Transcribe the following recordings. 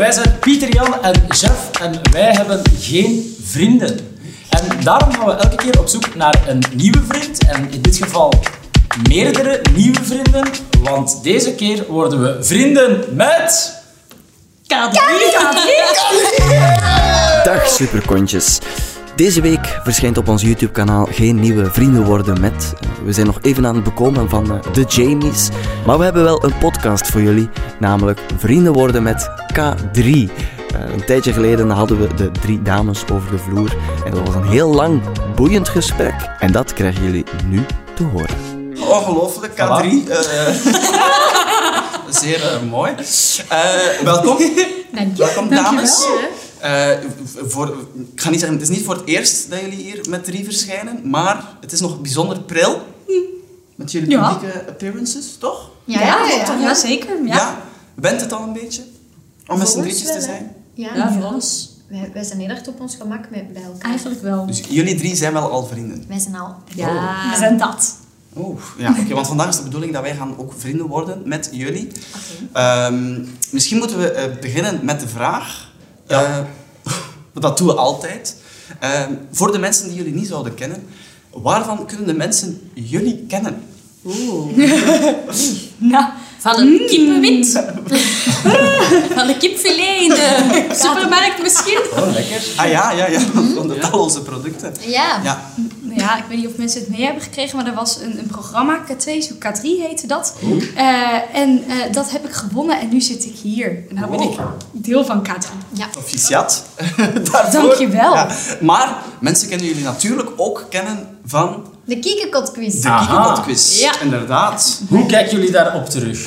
wij zijn Pieter, Jan en Jeff en wij hebben geen vrienden. En daarom gaan we elke keer op zoek naar een nieuwe vriend. En in dit geval meerdere nieuwe vrienden. Want deze keer worden we vrienden met... K3. Dag superkontjes. Deze week verschijnt op ons YouTube-kanaal geen nieuwe vrienden worden met. We zijn nog even aan het bekomen van de Jamies. Maar we hebben wel een podcast voor jullie, namelijk Vrienden worden met K3. Een tijdje geleden hadden we de 3 dames over de vloer. En dat was een heel lang, boeiend gesprek. En dat krijgen jullie nu te horen. Ongelooflijk, K3. Zeer mooi. Welkom. Welkom, dames. Ik ga niet zeggen, het is niet voor het eerst dat jullie hier met 3 verschijnen, maar het is nog bijzonder pril. Met jullie publieke appearances, toch? Ja, zeker. Ja. Went het al een beetje? Om met z'n drietjes te zijn? Ja, voor ons. Wij zijn heel erg op ons gemak bij elkaar. Eigenlijk wel. Dus jullie 3 zijn wel al vrienden? Wij zijn al... Ja, we zijn dat. Oké, want vandaag is de bedoeling dat wij gaan ook vrienden worden met jullie. Misschien moeten we beginnen met de vraag. Dat doen we altijd. Voor de mensen die jullie niet zouden kennen, waarvan kunnen de mensen jullie kennen? Nou, van een kippenwit. Van een kipfilet in de supermarkt misschien. Oh, lekker. Ja. Van de talloze producten. Ja. Ja, ik weet niet of mensen het mee hebben gekregen, maar er was een programma, K2, K3 heette dat. En dat heb ik gewonnen en nu zit ik hier. En nu ben ik deel van K3. Ja. Proficiat daarvoor. Dankjewel. Ja. Maar mensen kunnen jullie natuurlijk ook kennen van De Kiekekot-quiz. de Kiekekot-quiz. Ja. Inderdaad. Hoe kijken jullie daarop terug?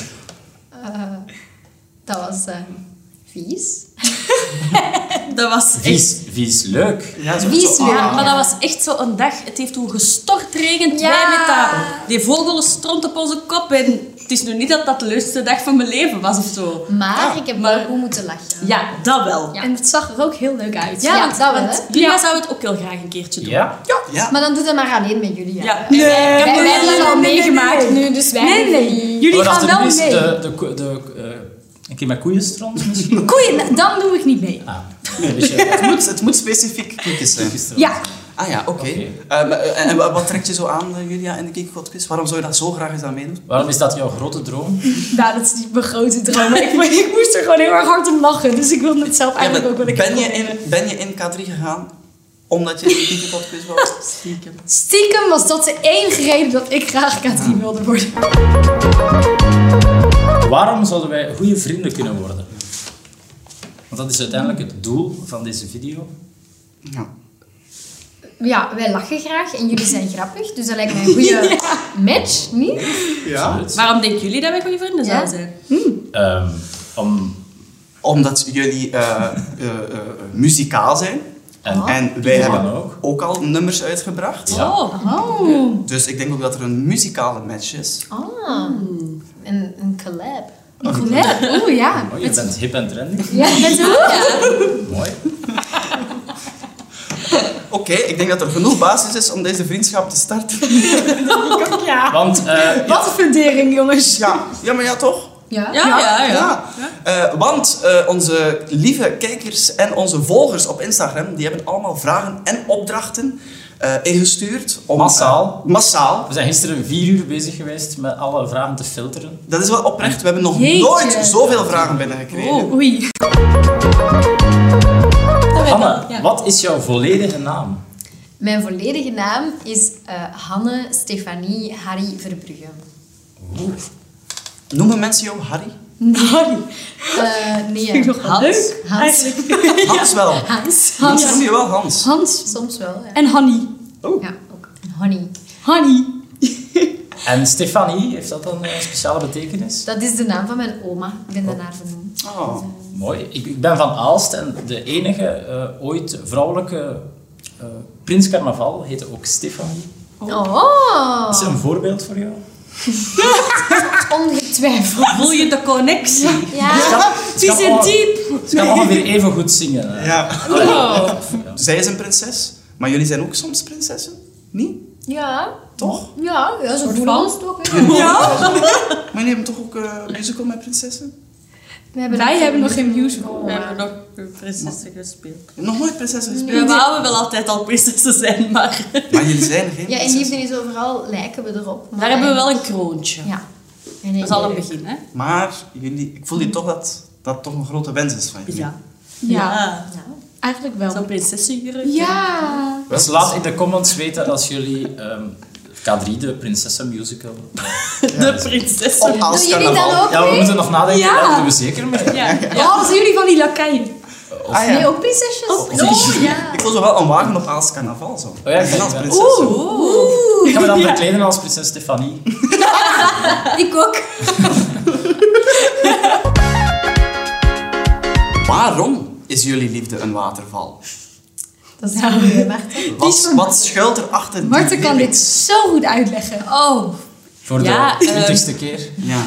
Dat was vies. Dat was echt... Vies leuk. Ja, zo, Vies leuk. Ja, maar dat was echt zo een dag. Het heeft toen gestortregend. Ja. Wij met die vogelen stront op onze kop. En het is nu niet dat dat de leukste dag van mijn leven was of zo. Maar ik heb wel goed moeten lachen. Ja, dat wel. Ja. En het zag er ook heel leuk uit. Ja, dat wel, hè? Julia zou het ook heel graag een keertje doen. Ja? Ja. Maar dan doe het maar alleen met jullie. Ja. Nee, Ik heb wij hebben het al meegemaakt nee. nu, dus wij... Nee. Jullie Maar gaan als wel er mee. een keer met koeienstront misschien? Koeien, dan doe ik niet mee. Dus Het moet specifiek kiekjes zijn. Ja. Ah ja, oké. En wat trekt je zo aan, Julia, in de Kiekekot-quiz? Waarom zou je dat zo graag eens aan meedoen? Waarom is dat jouw grote droom? Nou, dat is niet mijn grote droom. Maar ik moest er gewoon heel erg hard om lachen. Dus ik wilde het zelf eigenlijk ook wel een keer Ben je in K3 gegaan omdat je in de Kiekekot-quiz wou? Stiekem was dat de enige reden dat ik graag K3 wilde worden. Waarom zouden wij goede vrienden kunnen worden? Want dat is uiteindelijk het doel van deze video. Ja. Ja, wij lachen graag en jullie zijn grappig. Dus dat lijkt mij een goede match, niet? Ja. Absoluut. Waarom denken jullie dat wij goede vrienden zouden zijn? Omdat jullie muzikaal zijn. En wij hebben ook al nummers uitgebracht. Ja. Oh. Dus ik denk ook dat er een muzikale match is. Een collab. Oeh, ja. Oh, je bent hip en trendy. Ja, met Mooi. Oké, ik denk dat er genoeg basis is om deze vriendschap te starten. Ja. Want Wat een fundering, jongens. Ja, maar ja, toch? Ja. Want onze lieve kijkers en onze volgers op Instagram, die hebben allemaal vragen en opdrachten ingestuurd. Massaal. Massaal. we zijn gisteren 4 uur bezig geweest met alle vragen te filteren. Dat is wel oprecht. We hebben nog Jeetje. nooit zoveel vragen binnengekregen. Oh, oei. Hanne, Ja. wat is jouw volledige naam? Mijn volledige naam is Hanne Stefanie Harry Verbrugge. Noemen mensen jou Harry? Nee, nog wel Hans. leuk, Hans. Hans wel. Hans. Mensen noemen je wel Hans. Hans, soms wel. Ja, En Honey. ja ook. En Honey. Honey. En Stefanie, heeft dat dan een speciale betekenis? Dat is de naam van mijn oma. Ik ben daarnaar vernoemd. Oh. Mooi. Ik ben van Aalst en de enige ooit vrouwelijke Prins Carnaval heette ook Stefanie. Oh, Is er een voorbeeld voor jou? ongetwijfeld. Voel je de connectie? Ja. Het is een diep. Ze kan ongeveer even goed zingen. Ja. Oh. Zij is een prinses, maar jullie zijn ook soms prinsessen? Niet? Ja. Toch? Ja, zo voelen we ons toch. Ja. Maar jullie hebben toch ook een musical met prinsessen? Wij hebben nog geen musical. We hebben nog prinsessen gespeeld. Nog nooit prinsessen We gespeeld? wouden wel altijd al prinsessen zijn, maar... Maar jullie zijn geen Ja, in prinsessen. Liefde is overal lijken we erop. Maar Daar hebben we wel een kroontje. Ja. Dat is al een begin, hè? Maar jullie, ik voel hier toch dat dat toch een grote wens is van jullie. Ja. Ja, eigenlijk wel. Zo'n prinsessenjurk. Ja. Dus laat in de comments weten als jullie K3, de Prinsessenmusical... De prinsessen. Op als Doen jullie dan carnaval. ook Ja, we mee? moeten nog nadenken. Ja. Ja, dat doen we zeker mee. Ja. Oh, zijn jullie van die lakeien? Ah, ja. Nee, ook prinsesjes? Oh, ja. Ik wil zo wel een wagen op Aals carnaval zo. Oh ja, Ik ben als ja. prinses. Ik ga me dan verkleden als prinses Stefanie. Ik ook. Waarom is jullie liefde een waterval? Dat is een goeie, Marten. Wat schuilt er achter die Marten kan lyric? dit zo goed uitleggen. Oh. Voor Ja, de 20ste keer. Ja.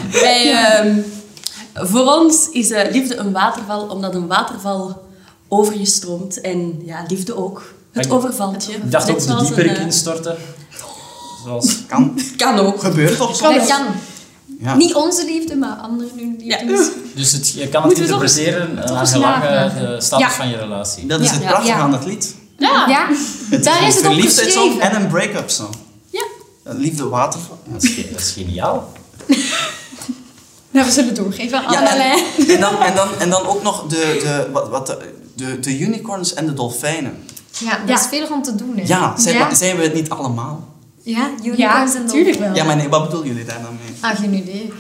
Voor ons is liefde een waterval, omdat een waterval over je stroomt. En ja, liefde ook. Het Ik- overvalt je. Ik dacht Net ook de zoals dieperik een, instorten. Zoals... Kan ook. Gebeurt toch zo? Dat kan. Ja. Niet onze liefde, maar andere hun liefde. Dus je kan het Moeten we toch- interpreteren toch naar eens gelang navragen. de status Ja. van je relatie. Dat is Ja. het Ja. prachtige Ja. aan het lied. Ja. Het Daar is is een het op verliefdheidssong geschreven. en een break-up song. Ja. Een liefde waterval. Dat is geniaal. Nou, we zullen het doorgeven aan Ja, Annelijn. en dan ook nog de unicorns en de dolfijnen. Ja, dat is veel om te doen, hè. Ja, Ja. zijn we het niet allemaal? Ja, Ja, unicorns en natuurlijk wel. Ja, maar nee, wat bedoelen jullie daar dan mee? Ah, geen idee.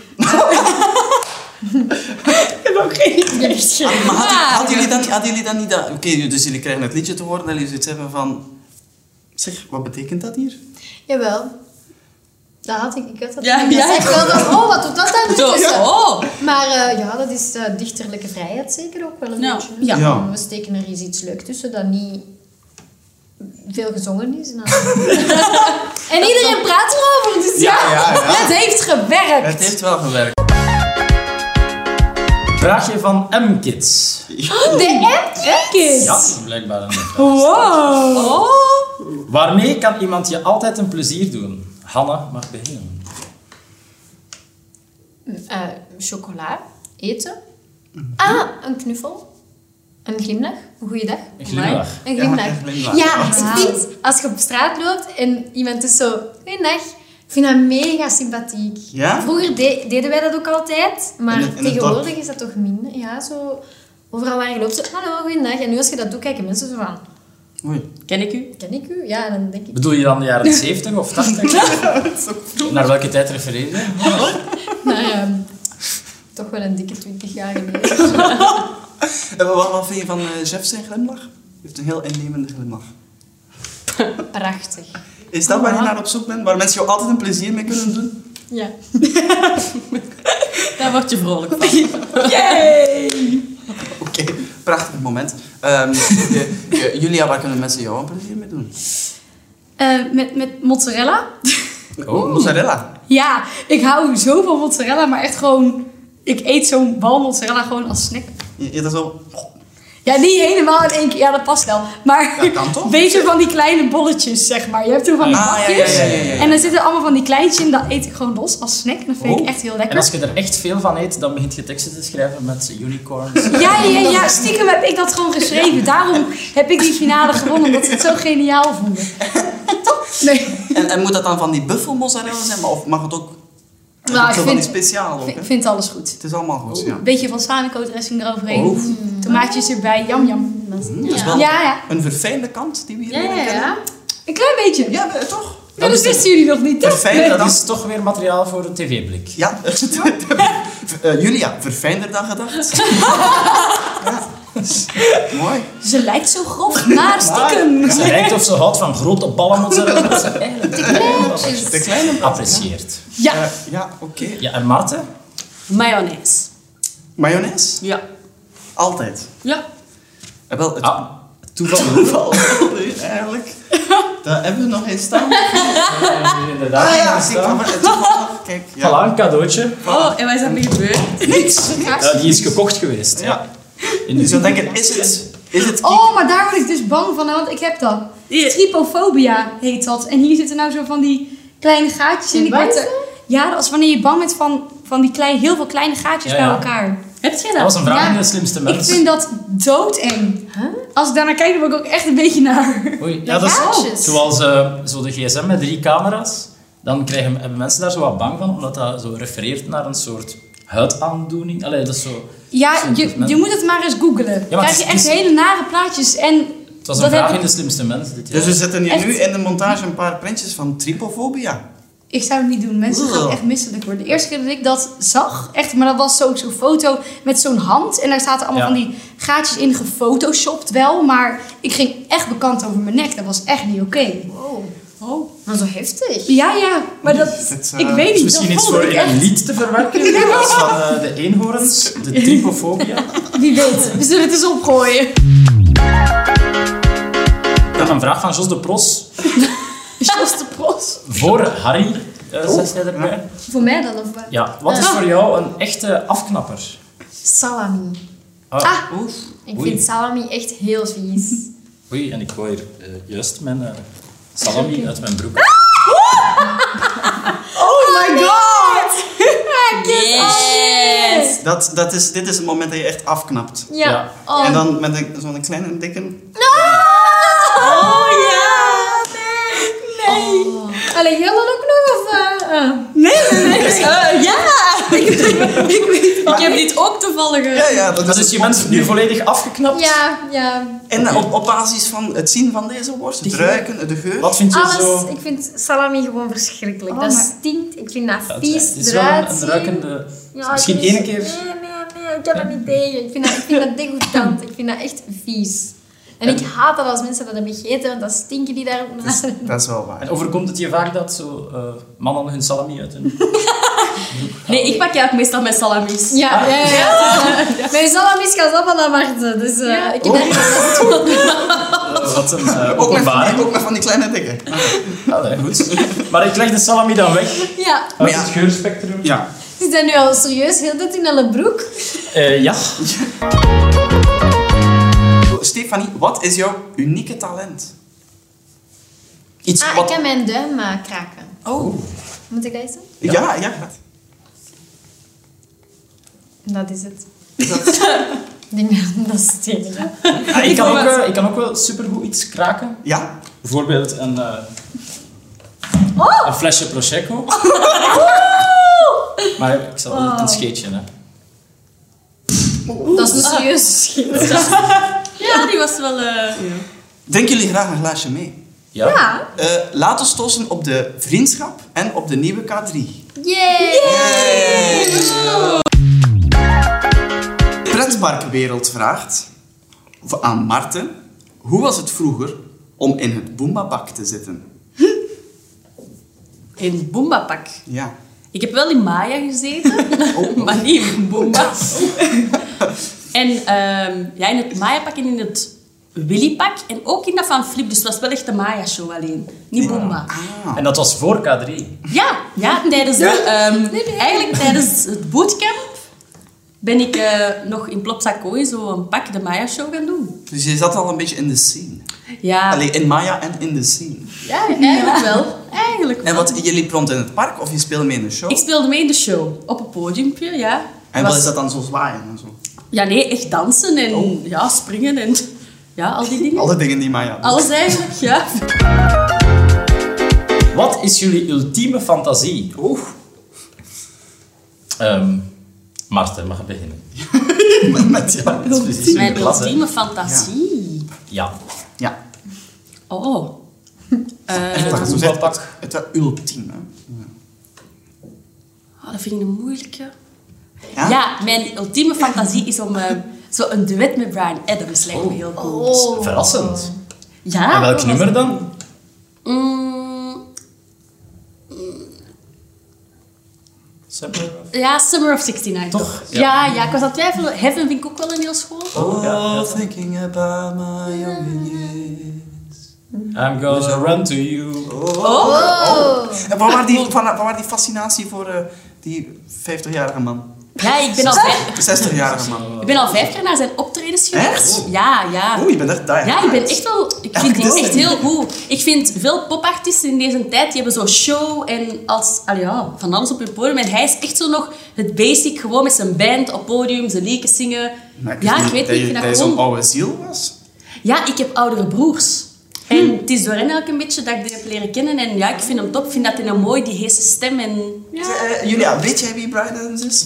Ik heb ook geen idee. Maar hadden jullie dan niet dat... Oké, dus jullie krijgen het liedje te horen en jullie zoiets hebben van... Zeg, wat betekent dat hier? Jawel. Dat had ik. Ik had dat Ja, niet. ja. Ik wel van, oh, wat doet dat dan? Zo, Dus, oh. Maar ja, dat is dichterlijke vrijheid zeker ook wel een Ja. beetje. Ja. Ja. We steken er iets leuk tussen dat niet veel gezongen is. En iedereen praat erover, dus ja. Het heeft gewerkt. Het heeft wel gewerkt. Vraagje van M-Kids. De M-Kids. Ja, blijkbaar een vraag. Wow. Waarmee kan iemand je altijd een plezier doen? Hanne mag beginnen. Chocola, eten. Ah, een knuffel. Een glimlach. Een goeiedag. Een glimlach. Een Ja, glimlach. een glimlach. Ja, ik vind, als je op straat loopt en iemand is zo, goeiedag, ik vind dat mega sympathiek. Ja? Vroeger deden wij dat ook altijd, maar In het tegenwoordig dorp? is dat toch minder. Ja, zo overal waar je loopt, zo, hallo, goeiedag. En nu als je dat doet, kijken mensen zo van, Oei. Ken ik u? ken ik u? Ja, en dan denk ik, Bedoel je dan de jaren 70 of 80? Naar welke tijd refereer je? nou ja, toch wel een dikke 20 jaar geleden. Wat vind je van Jeff zijn glimlach? Hij heeft een heel innemende glimlach. Prachtig. Is dat waar je naar op zoek bent? Waar mensen jou altijd een plezier mee kunnen doen? Ja. Daar word je vrolijk van. Oké, prachtig moment. Julia, waar kunnen mensen jou een plezier mee doen? Met mozzarella. Oh, Mozzarella. Ja, ik hou zo van mozzarella, maar echt gewoon... Ik eet zo'n bal mozzarella gewoon als snack. Je eet dat zo... Ja, niet helemaal in één keer. Ja, dat past wel. Maar Dat kan toch? weet je, van die kleine bolletjes, zeg maar. Je hebt er van die Ah, ja, bakjes. ja. En dan zitten allemaal van die kleintjes in. Dat eet ik gewoon los als snack. Dat vind ik Oh. echt heel En lekker. als je er echt veel van eet, dan begint je teksten te schrijven met unicorns. Ja, stiekem heb ik dat gewoon geschreven. Daarom heb ik die finale gewonnen, omdat ze het zo geniaal vonden. Toch? Nee. En moet dat dan van die buffelmozzarella zijn? Of mag het ook... Nou, ik van die vind, speciaal ook, hè? vind alles goed. Het is allemaal goed, ja. Een beetje balsamico dressing eroverheen. Oh. Tomaatjes erbij, yam yam. Dat is wel Ja. een verfijnde kant die we hier leren kennen. Ja. Een klein beetje. Ja, toch? Ja, dat wisten jullie nog niet, toch? Verfijnder Dat dan... is toch weer materiaal voor een tv-blik. Ja. Julia, verfijnder dan gedacht. Ja. Mooi. Ze lijkt zo grof, maar stiekem. Ze lijkt of ze houdt van grote ballen mozzarella. Dat ze De kleine... apprecieert. Ja. Ja, oké. Ja, en Marten? Mayonaise. Mayonaise? Ja. Altijd. Ja. Wel, het Ah, toeval. toeval eigenlijk. Daar hebben we nog eens staan. Inderdaad. Ah ja, zie ik van het toeval. Kijk, ja. Voilà, een cadeautje. Oh, en wat is er nu gebeurd? Niks. Ja, die is gekocht geweest. Ja. In Je de zou denken, is het Oh, maar daar word ik dus bang van, want ik heb dat. Hier. Trypophobia heet dat. En hier zitten nou zo van die kleine gaatjes in. En waar is dat? Ja, dat is wanneer je bang bent van die heel veel kleine gaatjes Ja, bij ja. elkaar. Heb jij Dat dat? was een vraag Ja, in de slimste Ik mens. vind dat doodeng. Als ik daarnaar kijk, dan word ik ook echt een beetje naar. Oei, ja, dat is gaatjes. zoals zo de gsm met 3 camera's. Dan hebben mensen daar zo wat bang van, omdat dat zo refereert naar een soort huidaandoening. Allee, dat is zo... Ja, Simpel, je moet het maar eens googlen. Dan maar krijg je het echt is- hele nare plaatjes. En Het was een dat vraag heb in ik- de slimste mens dit jaar. Dus we zetten hier Echt? nu in de montage een paar printjes van tripofobia. Ik zou het niet doen. Mensen gaan echt misselijk worden. De eerste keer dat ik dat zag, echt, maar dat was zo'n foto met zo'n hand. En daar zaten allemaal Ja. van die gaatjes in, gefotoshopt wel. Maar ik ging echt bekant over mijn nek. Dat was echt niet oké. Oh, maar zo heftig. Ja, maar dat... Het, ik weet Het niet. is misschien dat iets vond voor ik in een echt- lied te verwerken. In plaats van de eenhoorns, de tripofobia. Wie weet. We zullen het eens opgooien. Dan een vraag van Jos de Pros. Jos de Pros. Voor Harry, zeg jij erbij. Voor mij dan? Of wat? Ja, wat is voor jou een echte afknapper? Salami. Oef. Ik Oei. vind salami echt heel vies. Oei, en ik wou hier juist mijn salami uit mijn broek. Oh my god. Yes! Dit is het moment dat je echt afknapt. Ja. Ja. Oh. En dan met zo'n kleine dikke... Oh ja! Allee, jij dan ook nog? Of, Ja! Ik heb dit ook toevallig... Ja, dat Dus is je bent nu volledig afgeknapt. Ja. En op basis van het zien van deze worst, het ruiken, de geur... Wat vind je Alles. zo... Ik vind salami gewoon verschrikkelijk. Oh, dat maar- stinkt. Ik vind dat Ja, vies het is wel eruit een zien. ruikende... Ja, Misschien het is- één keer... Nee, ik kan dat niet tegen. Ik vind dat degoutant. Ik vind dat echt vies. En ik haat dat als mensen dat hebben gegeten, want dan stinken die daar ook naar. Dat is wel waar. En overkomt het je vaak dat zo mannen hun salami uit hun... Nee, ik pak ook meestal mijn salamis. Ja. Mijn salamis gaan allemaal naar Marten. Dus ik heb daar niet wat een Ook met, openbaring. ook met van die kleine dikke. Allee, goed. Maar ik leg de salami dan weg Ja. uit ja. het geurspectrum. Ja. Is dat nu al serieus? Heel dit in een broek? Ja. Stefanie, wat is jouw unieke talent? Iets Ik wat... kan mijn duim kraken. Oh. Moet ik dat eens doen? Ja. Dat is het. Ik denk dat is het enige. Ja, ik kan ook wel supergoed iets kraken. Ja? Bijvoorbeeld een flesje Prosecco. Maar ik zal een scheetje, hè. Dat is een serieus schiet. Ja, die was wel... Drinken jullie graag een glaasje mee? Ja. Laat ons tossen op de vriendschap en op de nieuwe K3. Yay! Pretparkwereld vraagt aan Marten: hoe was het vroeger om in het Boomba-bak te zitten? In Boomba-pak. Ja. Ik heb wel in Maya gezeten, maar niet in Boomba. En in het Maya-pak en in het Willy-pak en ook in dat van Flip. Dus het was wel echt de Maya-show alleen, niet Boomba. En dat was voor K3. Ja, tijdens eigenlijk tijdens het bootcamp ben ik nog in Plopsakooi zo een pak de Maya-show gaan doen. Dus je zat al een beetje in de scene. Ja, Alleen in Maya en in de scene. ja eigenlijk wel. Eigenlijk En wel. wat, je liep rond in het park of je speelde mee in de show? Ik speelde mee in de show, op een podiumpje, ja. En wat is dat dan zo zwaaien en zo? Ja, nee, echt dansen en ja, springen en ja, al die dingen. Alle dingen die Maya doet. Alles eigenlijk, ja. Wat is jullie ultieme fantasie? Maarten, mag beginnen. Met jou. Dat is precies Mijn uw klas, hè. ultieme fantasie. Ja. Ja. Oh. Echt waar, zo zegt het wel ultiem. Hè? Dat vind ik een moeilijke. Ja? Ja, mijn ultieme fantasie is om zo een duet met Bryan Adams lijkt me heel cool. Verrassend. Ja? En welk nummer dan? Ja, Summer of 69. Toch? Ja, ik was aan het twijfelen. Heaven vind ik ook wel een heel schoon. Oh, thinking about my younger years. I'm gonna run to you. En waar was die fascinatie voor die 50-jarige man? Ja, ik ben al 60-jarige man. Ik ben al 5 keer naar zijn optredens is geweest. Echt? Ja. Oeh, je bent echt daar. Ja, ik ben echt wel... Ik vind die Echt? echt heel goed. Ik vind veel popartiesten in deze tijd, die hebben zo show en van alles op hun podium. En hij is echt zo nog het basic, gewoon met zijn band op podium, zijn liedjes zingen. Maar Ja, ik weet niet, ik vind dat dat je gewoon... zo'n oude ziel was. Ja, ik heb oudere broers. En het is door hen ook een beetje dat ik die heb leren kennen. En ja, ik vind hem top. Ik vind dat hij een mooi, die heese stem. En... Julia, weet jij wie Brian Adams is?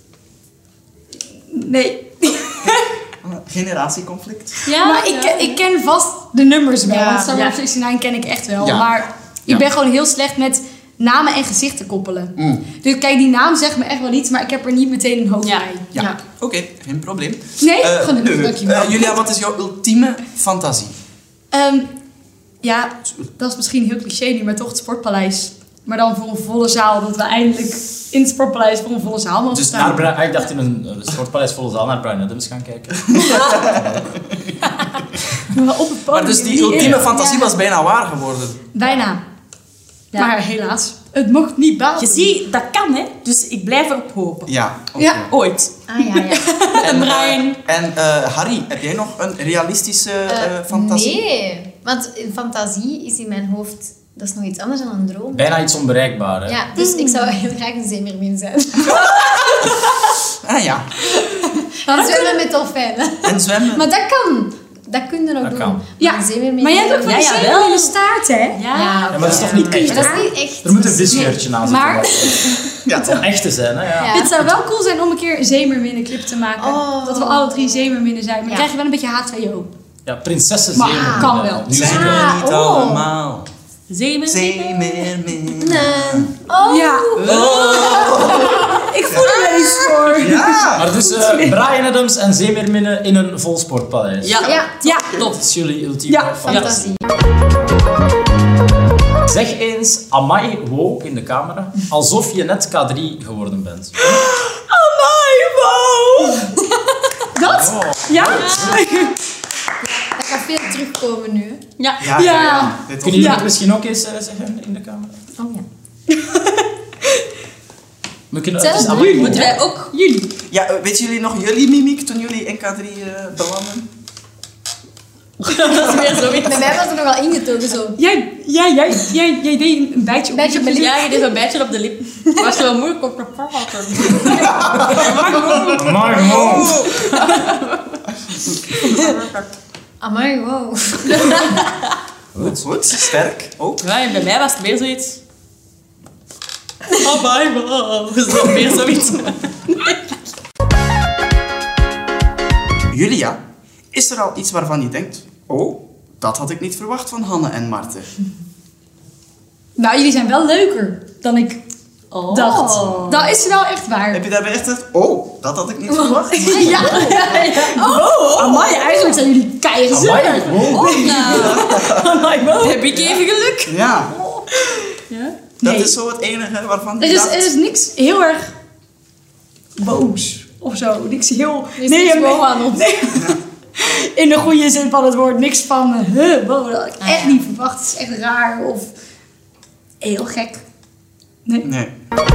Nee. Generatieconflict. Ja, Maar ik ken vast de nummers wel. Ja. Want Summer Ja. of 69 ken ik echt wel. Ja. Maar ik ben gewoon heel slecht met namen en gezichten koppelen. Dus kijk, die naam zegt me echt wel iets, maar ik heb er niet meteen een hoofd Ja. bij. Ja. Oké, geen probleem. Nee, gelukkig, dankjewel. Julia, wat is jouw ultieme fantasie? Ja, dat is misschien heel cliché nu, maar toch het Sportpaleis. Maar dan voor een volle zaal, dat we eindelijk in het Sportpaleis voor een volle zaal mogen Dus staan. ik dacht in een sportpaleis volle zaal naar Brian Adams gaan kijken. Maar op het podium. Maar dus die ultieme fantasie was bijna waar geworden. Bijna. Ja. Maar helaas, het mocht niet baten. Je ziet, dat kan, hè. Dus ik blijf erop hopen. Ja, oké. Ja. Ooit. Ah, ja. En, Brian. Harry, heb jij nog een realistische fantasie? Nee, want een fantasie is in mijn hoofd... Dat is nog iets anders dan een droom. Bijna iets onbereikbaar, hè? Ja, dus ik zou heel graag een zeemeermin zijn. Ah ja. Dan zwemmen met dolfijnen. En zwemmen. Maar dat kan. Dat kun je nog Dat doen. kan. Ja, Een zeemeermin. maar jij hebt ook van die Ja, zeemeermin wel. in de staart, hè? Ja. Ja, maar dat is toch niet echt? Maar dat is niet echt. Er moet een visscheurtje aan zitten. Maar Ja, Het zal echt te zijn, hè? Ja. Ja. het zou wel cool zijn om een keer een zeemeerminnen-clip te maken. Oh. Dat we alle 3 zeemeerminnen zijn. Maar dan Ja. krijg je wel een beetje H2O. Ja, prinsessen Maar zeemeermin. kan wel. Nu zijn zie ik we niet oh. allemaal Zeemeermin. zeemeermin. Oh. Ja. Ik voel er wel iets voor. Ja! Maar dus Brian Adams en zeemeerminnen in een vol sportpaleis. Ja. Ja, Ja. Dat is jullie ultieme Ja, fantasie. fantasie. Zeg eens amai wow in de camera, alsof je net K3 geworden bent. Amai, wow. Dat? Ja? Dat gaat veel terugkomen nu. Ja. Ja. Dit Kunnen jullie Ja. het misschien ook eens zeggen in de camera? Oh ja. We kunnen, Zelfs het is amai wow. Moeten wij ook... Jullie. Ja, weten jullie nog jullie mimiek toen jullie in K3 belanden? Dat is weer zoiets. Bij mij was er nogal ingetogen zo. Jij deed een bijtje op Bijtje op mijn lip. Ja, je deed een beetje op de lip. Het was wel moeilijk op de praten. Amai wow. Amai, wow. Goed, sterk. Ook. Ja, en bij mij was het meer zoiets... Oh, bye, wow. Dat is nog meer zoiets. Julia, is er al iets waarvan je denkt... Oh, dat had ik niet verwacht van Hanne en Marten. Nou, jullie zijn wel leuker dan ik Oh. dacht. Dat is wel echt waar. Heb je daarbij echt gezegd... Oh, dat had ik niet verwacht. Ja. Oh, amai, eigenlijk zijn jullie keihard. Amai wow. Amai, wow. Heb ik even geluk? Ja, Ja. dat Nee. is zo het enige waarvan Er je is, dacht... er is niks heel erg boos of zo. Niks heel... Er is niks wow aan ons. In de goede zin van het woord. Niks van, wow, dat had ik echt ja. niet verwacht. Het is echt raar of heel gek. Nee. Nee.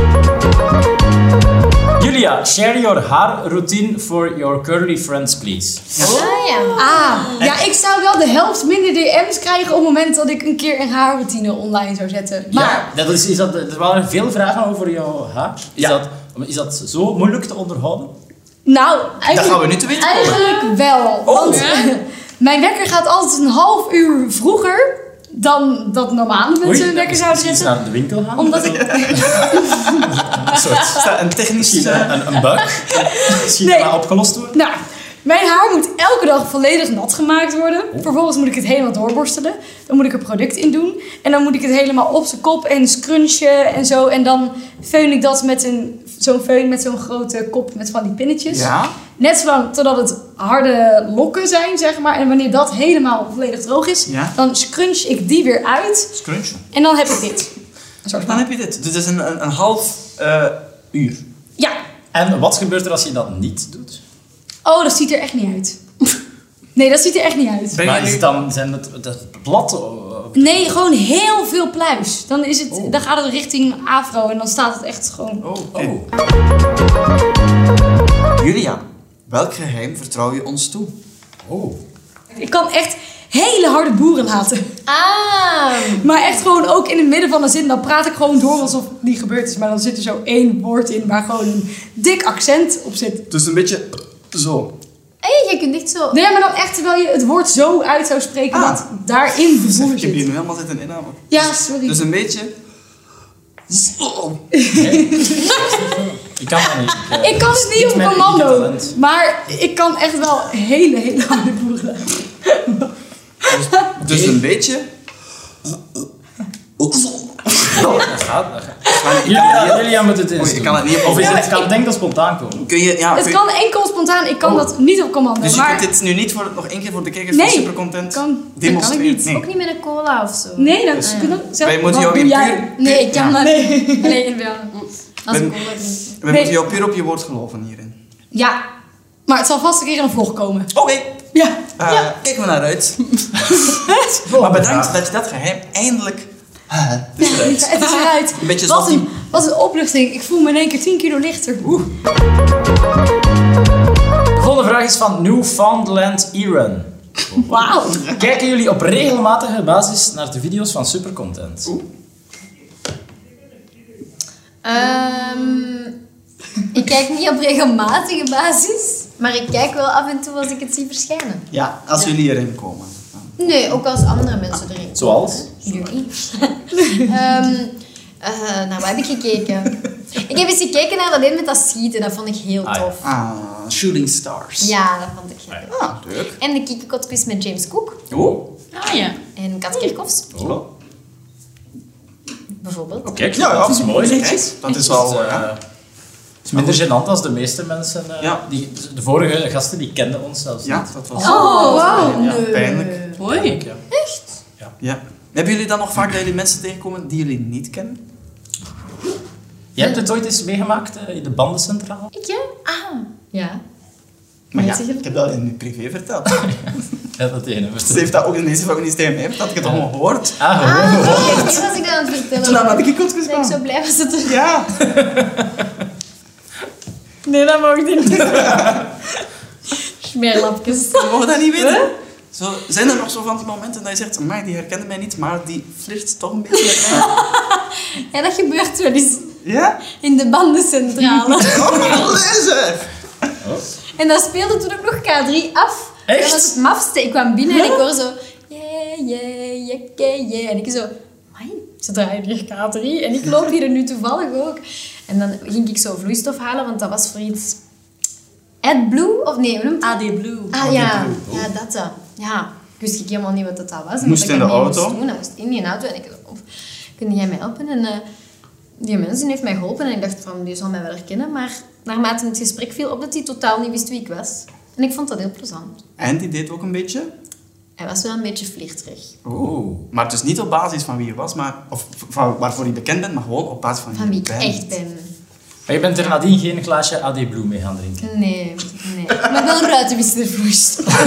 Julia, share your hair routine for your curly friends, please. Ah ja. Ja, ik zou wel de helft minder DM's krijgen op het moment dat ik een keer een haarroutine online zou zetten. Maar Ja, er waren veel vragen over jouw haar. Ja. Is dat zo moeilijk te onderhouden? nou, Dat eigenlijk, gaan we nu te weten komen. eigenlijk wel. Want mijn wekker gaat altijd een half uur vroeger dan dat normale mensen hun wekker zouden misschien zetten. naar de winkel gaan? Omdat ik... Een soort... Is dat een technisch... Misschien een bug? Misschien Nee. maar opgelost worden? Nou, mijn haar moet elke dag volledig nat gemaakt worden. Vervolgens moet ik het helemaal doorborstelen. Dan moet ik er product in doen. En dan moet ik het helemaal op zijn kop en scrunchen en zo. En dan feun ik dat met zo'n feun met zo'n grote kop met van die pinnetjes. Ja? Net zolang totdat het harde lokken zijn, zeg maar. En wanneer dat helemaal volledig droog is, Ja. dan scrunch ik die weer uit. Scrunchen. En dan heb ik dit. Een soort Dan van... heb je dit. Dit is een half uur. Ja. En wat gebeurt er als je dat niet doet? Oh, dat ziet er echt niet uit. Nee, dat ziet er echt niet uit. Ben Maar je is nu... het dan zijn het plat? Nee, gewoon heel veel pluis. Dan, dan gaat het richting afro en dan staat het echt gewoon... Oké. Julia, welk geheim vertrouw je ons toe? Oh. Ik kan echt hele harde boeren laten. Ah. Maar echt gewoon ook in het midden van een zin. Dan praat ik gewoon door alsof het niet gebeurd is. Maar dan zit er zo 1 woord in waar gewoon een dik accent op zit. Dus een beetje zo. Hé, je kunt echt zo... Nee, maar dan echt terwijl je het woord zo uit zou spreken dat daarin de boer Ik heb hier zit. nu helemaal zitten inhouden. Ja, sorry. Dus een beetje... Zo. Ik kan dat niet. Ik kan het niet op mijn commando. unieke talent. Maar ik kan echt wel hele harde boeren laten. Dus een beetje... Dat gaat. Julia moet het eens Oei, ik doen. kan het niet op- Of is Ja, het, kan het denk dat spontaan komen? Kun je... Ja, Het kun- kan enkel spontaan, ik kan dat niet op commando. Dus je maar kunt dit nu niet nog één keer voor de kijkers Nee, van Supercontent dat kan ik demonstreren? niet. Nee. Ook niet met een cola of zo. nee, dat Dus- kun je zelf. Wij moeten Wat jou doe weer jij? puur... Nee, ik kan Ja. dat niet. Alleen wel. Als Ben- een cola drinken. We Nee. moeten jou puur op je woord geloven hierin. Ja, maar het zal vast een keer in een vlog komen. Oké. Ja. Kijken we naar uit. Maar bedankt dat je dat geheim eindelijk... Het is eruit. Het is eruit. Een beetje wat, zoals wat een opluchting. Ik voel me in één keer 10 kilo lichter. De volgende vraag is van Newfoundland Iran. Wauw. Kijken jullie op regelmatige basis naar de video's van Supercontent? Ik kijk niet op regelmatige basis, maar ik kijk wel af en toe als ik het zie verschijnen. Ja, als jullie erin komen. Nee, ook als andere mensen erin. Zoals? Jullie. Naar wat heb ik gekeken? Ik heb eens gekeken naar dat een met dat schieten, dat vond ik heel Ah, ja. tof. Shooting Stars. Ja, dat vond ik heel tof. Ah, leuk. En de Kikkerkotquiz met James Cook Oh. Ah ja. en Kat Kerkhoffs, Oh. bijvoorbeeld. Kijk, Ja, dat is mooi. Kijk, dat is wel... Het is minder gênant als de meeste mensen. Ja. De vorige gasten die kenden ons zelfs Ja, niet. dat was Oh, wauw. ja, pijnlijk. Mooi. Ja. Ja. Hebben jullie dan nog vaak dat jullie mensen tegenkomen die jullie niet kennen? Je hebt het ooit eens meegemaakt in de bandencentraal? Ik, ja? Ah, ja. Maar ja, Weet je- ik heb dat in het privé verteld. Ja, dat ene. Ze heeft dat ook ineens van niet tegen mij verteld. Ik heb het allemaal gehoord. Ah, gewoon. Toen was ik dat aan het vertellen. Toen had ik goed ben ik gesproken. zo blij was dat er... Ja. Nee, dat mag ik niet. Smeerlapjes. We mogen dat niet weten. Zo, zijn er nog zo van die momenten dat je zegt, maar die herkende mij niet, maar die flirt toch een beetje met mij? Ja, dat gebeurt wel eens. Ja? In de bandencentrale. Oh, lezen! En dat speelde toen ook nog K3 af. Echt? Dat was het mafste. Ik kwam binnen en ik hoor zo... Yeah. En ik zo... Amai, ze draaien hier K3. En ik loop hier nu toevallig ook. En dan ging ik zo vloeistof halen, want dat was voor iets... AdBlue? Of nee, hoe noemt het? AD Blue. Ah ja, ja, dat. Ja, ik wist helemaal niet wat dat was. En Moest wat in ik de ermee auto? moest doen. Dat moest in die auto. En ik dacht, kun jij mij helpen? En die mensen heeft mij geholpen. En ik dacht van, die zal mij wel herkennen. Maar naarmate het gesprek viel op dat hij totaal niet wist wie ik was. En ik vond dat heel plezant. En die deed ook een beetje? Hij was wel een beetje flirterig. Oeh. Maar dus niet op basis van wie je was, maar, of van waarvoor je bekend bent, maar gewoon op basis van Van wie je ik bent. echt ben. Maar je bent er nadien geen glaasje AD Blue mee gaan drinken. Nee. Maar wel een ruitenwisseler vloeistof.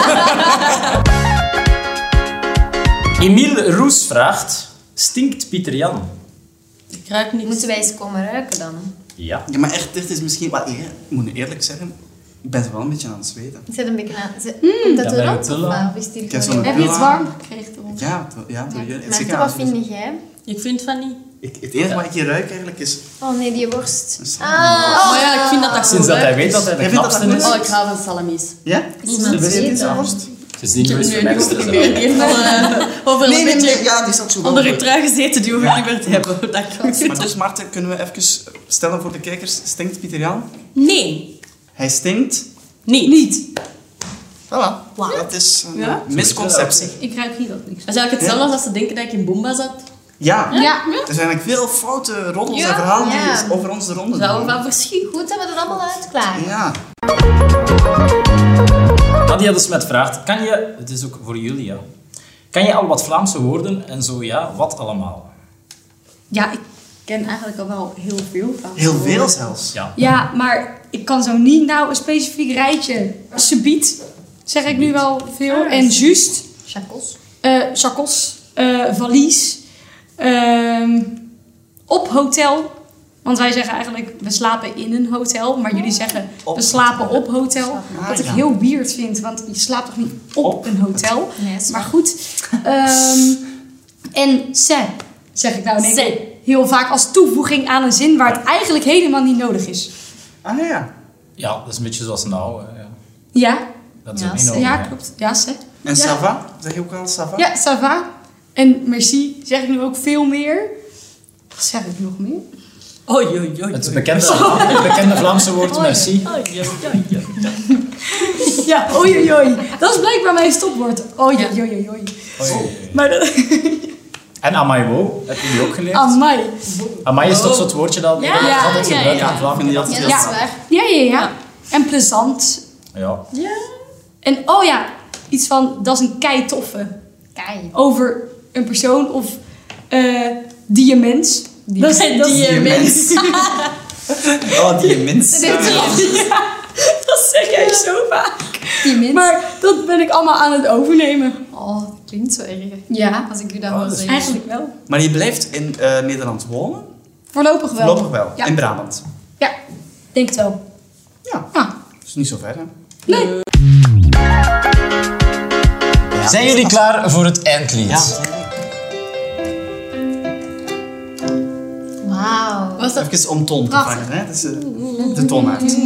Emiel Roes vraagt, stinkt Pieter Jan? Ik ruik niks. Moeten wij eens komen ruiken dan? Ja. Ja, maar echt, dit is misschien... Wel, ik moet nu eerlijk zeggen, ik ben wel een beetje aan het zweten. Ik zet een beetje aan... Komt dat Ja, er met rond een of pillen. wat? Of is die Ik heb gewoon- zo'n Heb je het pillen warm aan. gekregen erop? Ja, door jullie. Het Maarten, wat vind jij? Ik vind van niet. Het enige wat ik hier ruik eigenlijk is... Oh nee, die worst. Maar ja, ik vind dat dat Sinds dat hij weet dat hij Jij de vindt dat knapste dat is. goed Oh, ik hou van salamis. Ja? Iemand Wil je weet deze dat. worst? Het is niet nieuws voor Nee, mij. die heeft al over een beetje Ja, die zat zo wel onder goed. je trui gezeten, die hoef ik niet meer te hebben. Dat kan. Maar dus, Maarten, kunnen we even stellen voor de kijkers, stinkt Pieter Jan? Nee. Hij stinkt... Niet. Voilà. Dat is een Ja? misconceptie. Ik ruik hier ook niks. Dat is eigenlijk hetzelfde als dat ze denken dat ik in Boomba zat. Ja. Ja. Er zijn eigenlijk veel foute roddels Ja, en verhalen ja. die over ons de ronde Zou doen. van verschiet. Goed dat we dat allemaal uitklaren. Ja. Nadia de Smet vraagt, kan je, het is ook voor jullie, ja, kan je al wat Vlaamse woorden en zo ja, wat allemaal? Ja, ik ken eigenlijk al wel heel veel van. Heel veel zelfs. Ja. Ja, maar ik kan zo niet nou een specifiek rijtje. Subiet, zeg ik nu wel veel. En juist, Chacos. chacos, valies, op hotel. Want wij zeggen eigenlijk, we slapen in een hotel. Maar jullie zeggen, we slapen op hotel. Wat ik heel weird vind, want je slaapt toch niet op een hotel? Nee, Maar goed. En zeg ik nou in één keer heel vaak als toevoeging aan een zin waar het eigenlijk helemaal niet nodig is. Ah ja. Ja, dat is een beetje zoals nou. Ja. Ja, Dat is Ja, ook niet nodig. ja hè. klopt. Ja, zeg. En Ja. ça va? Zeg je ook al ça va? Ja, ça va. En merci zeg ik nu ook veel meer. Wat zeg ik nog meer? Oei, oei, oei, oei. Het bekende Vlaamse woord merci. Oei, oei, oei, oei. Ja, oei oei oei. Dat is blijkbaar mijn stopwoord. Oei oei oei oei. Maar dat... En amai wow, heb je die ook geleerd? Amai. Amai is toch zo'n woord dat Ja, altijd ja, gebruikt ja. in Vlaanderen. Vind je dat Ja, dat is waar. Ja. En plezant. Ja. En oh ja, iets van, dat is een kei toffe. Kei. Over een persoon of die mens. Dat is Die mens. Oh, die mens. Dat zeg jij zo vaak. Die mens. Maar dat ben ik allemaal aan het overnemen. Oh, dat klinkt zo erg. Ja, Als ik u dat hoor zeggen. eigenlijk wel. Maar je blijft in Nederland wonen? Voorlopig wel. Voorlopig wel. Ja. In Brabant. Ja, denk het wel. Ja. Ah, Dat is niet zo ver, hè? nee. Zijn jullie klaar voor het eindlied? Ja. Wauw. Was dat? Even om toon te Prachtig. vangen, hè? Dus, de toonmaat.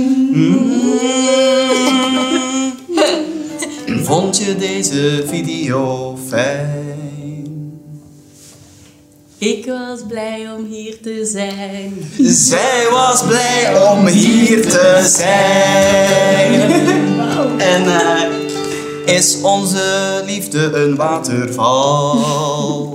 Vond je deze video fijn? Ik was blij om hier te zijn. Zij was blij om hier te zijn. En is onze liefde een waterval?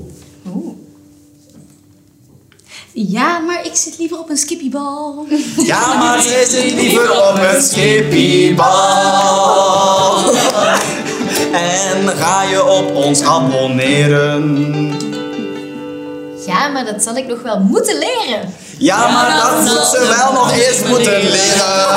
Ja, maar ik zit liever op een skippiebal. Ja, maar zij zit liever op een skippiebal. En ga je op ons abonneren? Ja, maar dat zal ik nog wel moeten leren. Ja, maar dat moet ze wel nog eerst moeten leren.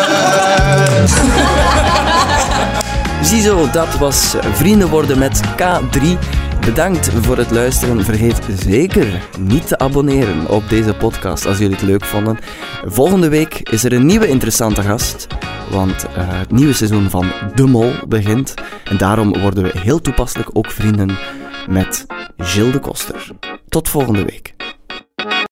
Ziezo, dat was Vrienden worden met K3. Bedankt voor het luisteren. Vergeet zeker niet te abonneren op deze podcast als jullie het leuk vonden. Volgende week is er een nieuwe interessante gast, want het nieuwe seizoen van De Mol begint. En daarom worden we heel toepasselijk ook vrienden met Gilles de Koster. Tot volgende week.